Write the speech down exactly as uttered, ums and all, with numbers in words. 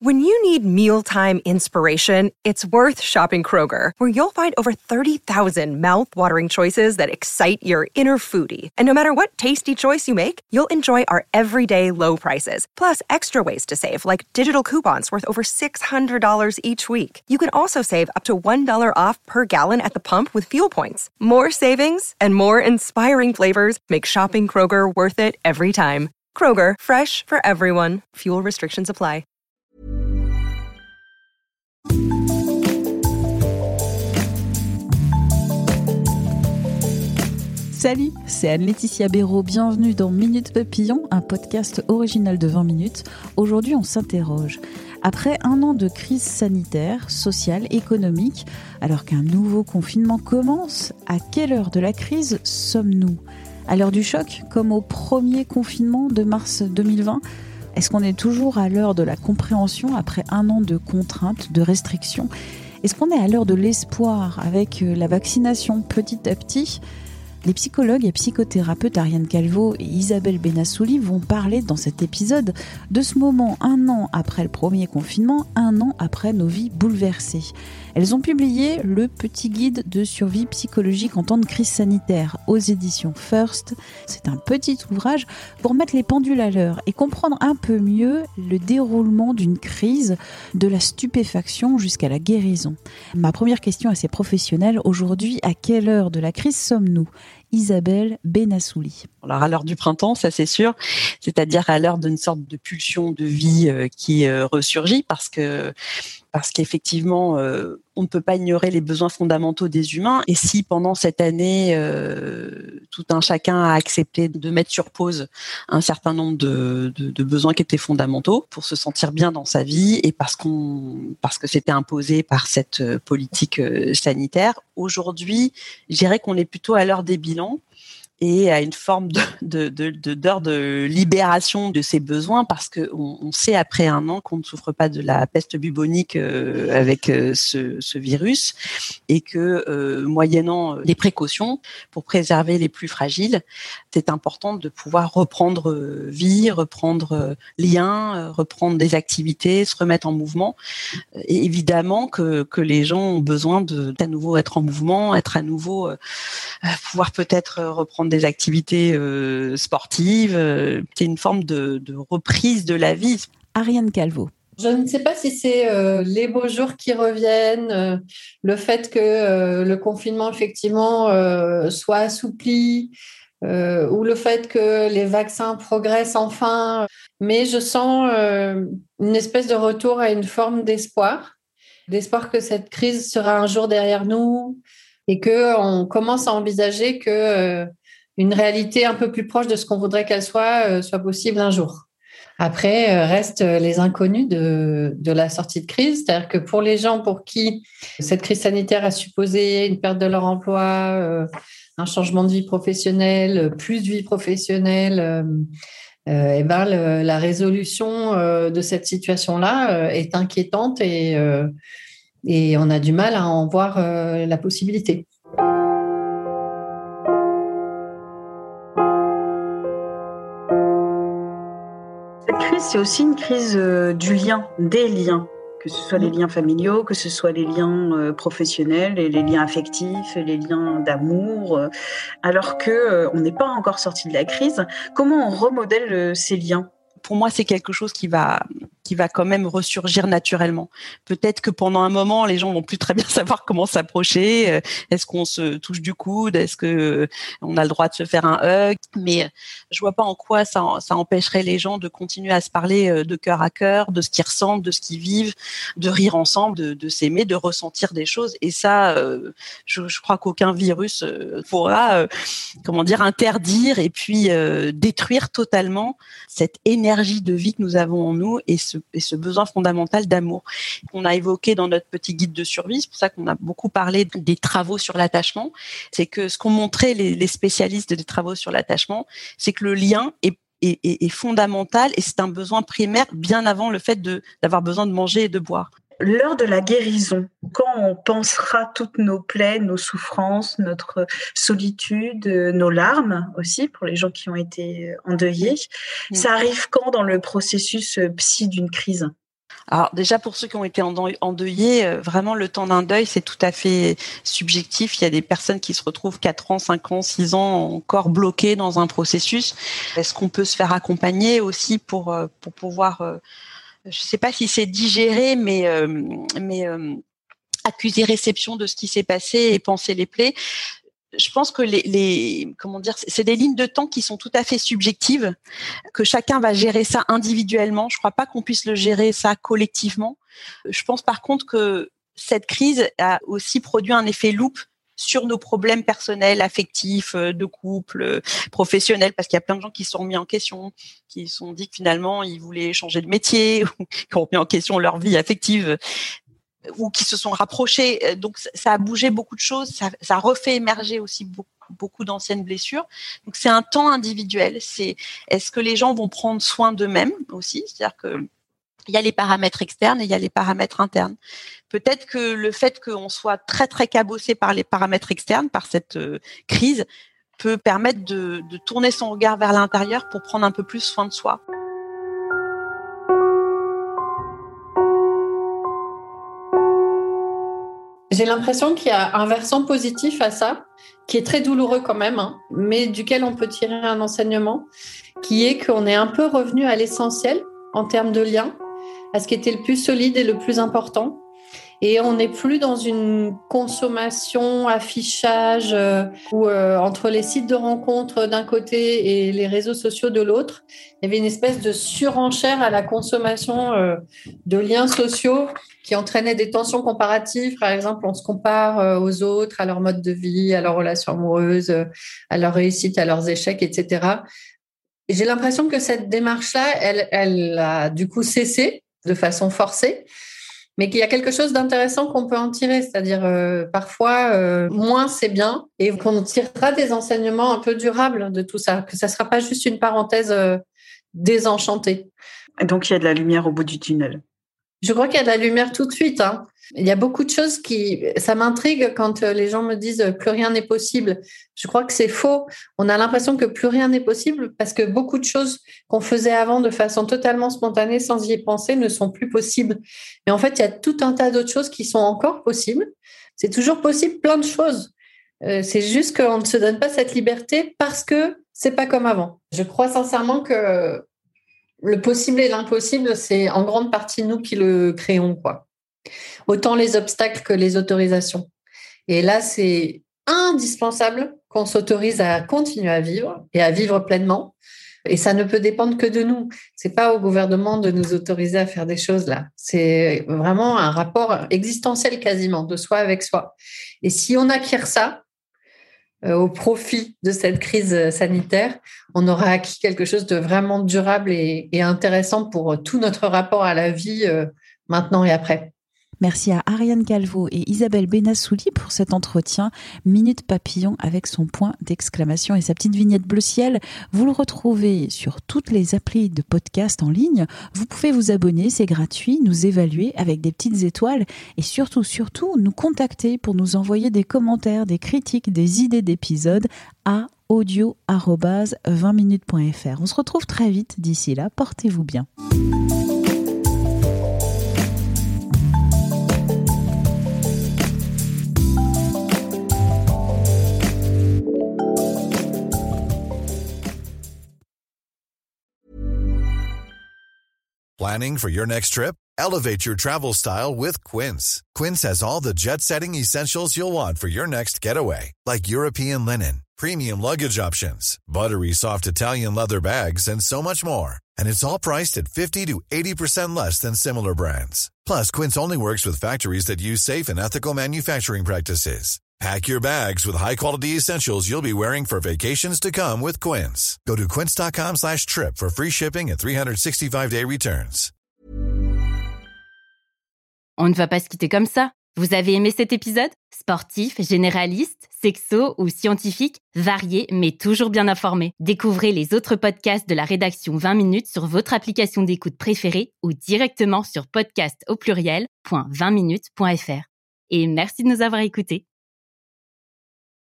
When you need mealtime inspiration, it's worth shopping Kroger, where you'll find over thirty thousand mouth-watering choices that excite your inner foodie. And no matter what tasty choice you make, you'll enjoy our everyday low prices, plus extra ways to save, like digital coupons worth over six hundred dollars each week. You can also save up to one dollar off per gallon at the pump with fuel points. More savings and more inspiring flavors make shopping Kroger worth it every time. Kroger, fresh for everyone. Fuel restrictions apply. Salut, c'est Anne-Laetitia Béraud. Bienvenue dans Minute Papillon, un podcast original de vingt minutes. Aujourd'hui, on s'interroge. Après un an de crise sanitaire, sociale, économique, alors qu'un nouveau confinement commence, à quelle heure de la crise sommes-nous ? À l'heure du choc, comme au premier confinement de mars deux mille vingt ? Est-ce qu'on est toujours à l'heure de la compréhension après un an de contraintes, de restrictions ? Est-ce qu'on est à l'heure de l'espoir avec la vaccination petit à petit ? Les psychologues et psychothérapeutes Ariane Calvo et Isabelle Benassouli vont parler dans cet épisode de ce moment un an après le premier confinement, un an après nos vies bouleversées. Elles ont publié le petit guide de survie psychologique en temps de crise sanitaire aux éditions First. C'est un petit ouvrage pour mettre les pendules à l'heure et comprendre un peu mieux le déroulement d'une crise, de la stupéfaction jusqu'à la guérison. Ma première question assez professionnelle, aujourd'hui, à quelle heure de la crise sommes-nous ? Isabelle Benassouli. Alors à l'heure du printemps, ça c'est sûr, c'est-à-dire à l'heure d'une sorte de pulsion de vie euh, qui euh, ressurgit parce que parce qu'effectivement euh, on ne peut pas ignorer les besoins fondamentaux des humains. Et si pendant cette année euh, tout un chacun a accepté de mettre sur pause un certain nombre de, de, de besoins qui étaient fondamentaux pour se sentir bien dans sa vie et parce qu'on parce que c'était imposé par cette politique euh, sanitaire, aujourd'hui, je dirais qu'on est plutôt à l'heure des bilans et à une forme de, de, de, de, d'heure de libération de ses besoins parce que on, on sait après un an qu'on ne souffre pas de la peste bubonique euh, avec euh, ce, ce virus et que euh, moyennant des précautions pour préserver les plus fragiles, c'est important de pouvoir reprendre euh, vie, reprendre euh, lien, euh, reprendre des activités, se remettre en mouvement. Et évidemment que, que les gens ont besoin de d'à nouveau être en mouvement, être à nouveau euh, pouvoir peut-être reprendre des activités euh, sportives. Euh, c'est une forme de, de reprise de la vie. Ariane Calvo. Je ne sais pas si c'est euh, les beaux jours qui reviennent, euh, le fait que euh, le confinement effectivement euh, soit assoupli, euh, ou le fait que les vaccins progressent enfin. Mais je sens euh, une espèce de retour à une forme d'espoir, d'espoir que cette crise sera un jour derrière nous et qu'on commence à envisager que euh, une réalité un peu plus proche de ce qu'on voudrait qu'elle soit, euh, soit possible un jour. Après, euh, restent les inconnus de, de la sortie de crise. C'est-à-dire que pour les gens pour qui cette crise sanitaire a supposé une perte de leur emploi, euh, un changement de vie professionnelle, plus de vie professionnelle, euh, euh, et ben le, la résolution euh, de cette situation-là euh, est inquiétante et, euh, et on a du mal à en voir euh, la possibilité. Cette crise, c'est aussi une crise euh, du lien, des liens, que ce soit les liens familiaux, que ce soit les liens euh, professionnels, et les liens affectifs, et les liens d'amour, euh, alors que euh, on n'est pas encore sorti de la crise. Comment on remodèle euh, ces liens ? Pour moi, c'est quelque chose qui va qui va quand même ressurgir naturellement. Peut-être que pendant un moment, les gens vont plus très bien savoir comment s'approcher. Est-ce qu'on se touche du coude ? Est-ce que on a le droit de se faire un hug ? Mais je vois pas en quoi ça, ça empêcherait les gens de continuer à se parler de cœur à cœur, de ce qu'ils ressentent, de ce qu'ils vivent, de rire ensemble, de, de s'aimer, de ressentir des choses. Et ça, je, je crois qu'aucun virus pourra, comment dire, interdire et puis détruire totalement cette énergie de vie que nous avons en nous et ce, et ce besoin fondamental d'amour qu'on a évoqué dans notre petit guide de survie. C'est pour ça qu'on a beaucoup parlé des travaux sur l'attachement. C'est que ce qu'ont montré les, les spécialistes des travaux sur l'attachement, c'est que le lien est Est, est, est fondamental et c'est un besoin primaire bien avant le fait de, d'avoir besoin de manger et de boire. L'heure de la guérison, quand on pensera toutes nos plaies, nos souffrances, notre solitude, nos larmes aussi pour les gens qui ont été endeuillés, mmh. ça arrive quand dans le processus psy d'une crise ? Alors déjà, pour ceux qui ont été endeuillés, vraiment le temps d'un deuil, c'est tout à fait subjectif. Il y a des personnes qui se retrouvent quatre ans, cinq ans, six ans encore bloquées dans un processus. Est-ce qu'on peut se faire accompagner aussi pour, pour pouvoir, je ne sais pas si c'est digérer, mais, mais accuser réception de ce qui s'est passé et penser les plaies. Je pense que les, les, comment dire, c'est des lignes de temps qui sont tout à fait subjectives, que chacun va gérer ça individuellement. Je crois pas qu'on puisse le gérer ça collectivement. Je pense par contre que cette crise a aussi produit un effet loupe sur nos problèmes personnels, affectifs, de couple, professionnels, parce qu'il y a plein de gens qui se sont remis en question, qui se sont dit que finalement ils voulaient changer de métier, ou qui ont remis en question leur vie affective, ou qui se sont rapprochés. Donc, ça a bougé beaucoup de choses. Ça, ça refait émerger aussi beaucoup, beaucoup d'anciennes blessures. Donc, c'est un temps individuel. C'est, est-ce que les gens vont prendre soin d'eux-mêmes aussi? C'est-à-dire que il y a les paramètres externes et il y a les paramètres internes. Peut-être que le fait qu'on soit très, très cabossé par les paramètres externes, par cette euh, crise, peut permettre de, de tourner son regard vers l'intérieur pour prendre un peu plus soin de soi. J'ai l'impression qu'il y a un versant positif à ça, qui est très douloureux quand même, hein, mais duquel on peut tirer un enseignement, qui est qu'on est un peu revenu à l'essentiel en termes de liens, à ce qui était le plus solide et le plus important. Et on n'est plus dans une consommation, affichage, euh, où euh, entre les sites de rencontres d'un côté et les réseaux sociaux de l'autre, il y avait une espèce de surenchère à la consommation euh, de liens sociaux qui entraînait des tensions comparatives. Par exemple, on se compare aux autres, à leur mode de vie, à leurs relations amoureuses, à leur réussite, à leurs échecs, et cetera. Et j'ai l'impression que cette démarche-là, elle, elle a du coup cessé de façon forcée, mais qu'il y a quelque chose d'intéressant qu'on peut en tirer. C'est-à-dire, euh, parfois, euh, moins c'est bien, et qu'on tirera des enseignements un peu durables de tout ça, que ça ne sera pas juste une parenthèse euh, désenchantée. Donc, il y a de la lumière au bout du tunnel. Je crois qu'il y a de la lumière tout de suite. Hein. Il y a beaucoup de choses qui... Ça m'intrigue quand les gens me disent « plus rien n'est possible ». Je crois que c'est faux. On a l'impression que plus rien n'est possible parce que beaucoup de choses qu'on faisait avant de façon totalement spontanée, sans y penser, ne sont plus possibles. Mais en fait, il y a tout un tas d'autres choses qui sont encore possibles. C'est toujours possible plein de choses. Euh, c'est juste qu'on ne se donne pas cette liberté parce que c'est pas comme avant. Je crois sincèrement que... le possible et l'impossible, c'est en grande partie nous qui le créons, quoi. Autant les obstacles que les autorisations. Et là, c'est indispensable qu'on s'autorise à continuer à vivre et à vivre pleinement. Et ça ne peut dépendre que de nous. C'est pas au gouvernement de nous autoriser à faire des choses là. C'est vraiment un rapport existentiel quasiment de soi avec soi. Et si on acquiert ça, au profit de cette crise sanitaire, on aura acquis quelque chose de vraiment durable et, et intéressant pour tout notre rapport à la vie euh, maintenant et après. Merci à Ariane Calvo et Isabelle Benassouli pour cet entretien Minute Papillon avec son point d'exclamation et sa petite vignette bleu ciel. Vous le retrouvez sur toutes les applis de podcast en ligne. Vous pouvez vous abonner, c'est gratuit, nous évaluer avec des petites étoiles et surtout, surtout, nous contacter pour nous envoyer des commentaires, des critiques, des idées d'épisodes à audio arobase vingt minutes point f r. On se retrouve très vite. D'ici là, portez-vous bien. Planning for your next trip? Elevate your travel style with Quince. Quince has all the jet-setting essentials you'll want for your next getaway, like European linen, premium luggage options, buttery soft Italian leather bags, and so much more. And it's all priced at fifty to eighty percent less than similar brands. Plus, Quince only works with factories that use safe and ethical manufacturing practices. Pack your bags with high-quality essentials you'll be wearing for vacations to come with Quince. Go to quince.com slash trip for free shipping and three sixty-five day returns. On ne va pas se quitter comme ça. Vous avez aimé cet épisode ? Sportif, généraliste, sexo ou scientifique, varié mais toujours bien informé. Découvrez les autres podcasts de la rédaction vingt minutes sur votre application d'écoute préférée ou directement sur podcast au pluriel point vingt minutes point f r. Et merci de nous avoir écoutés.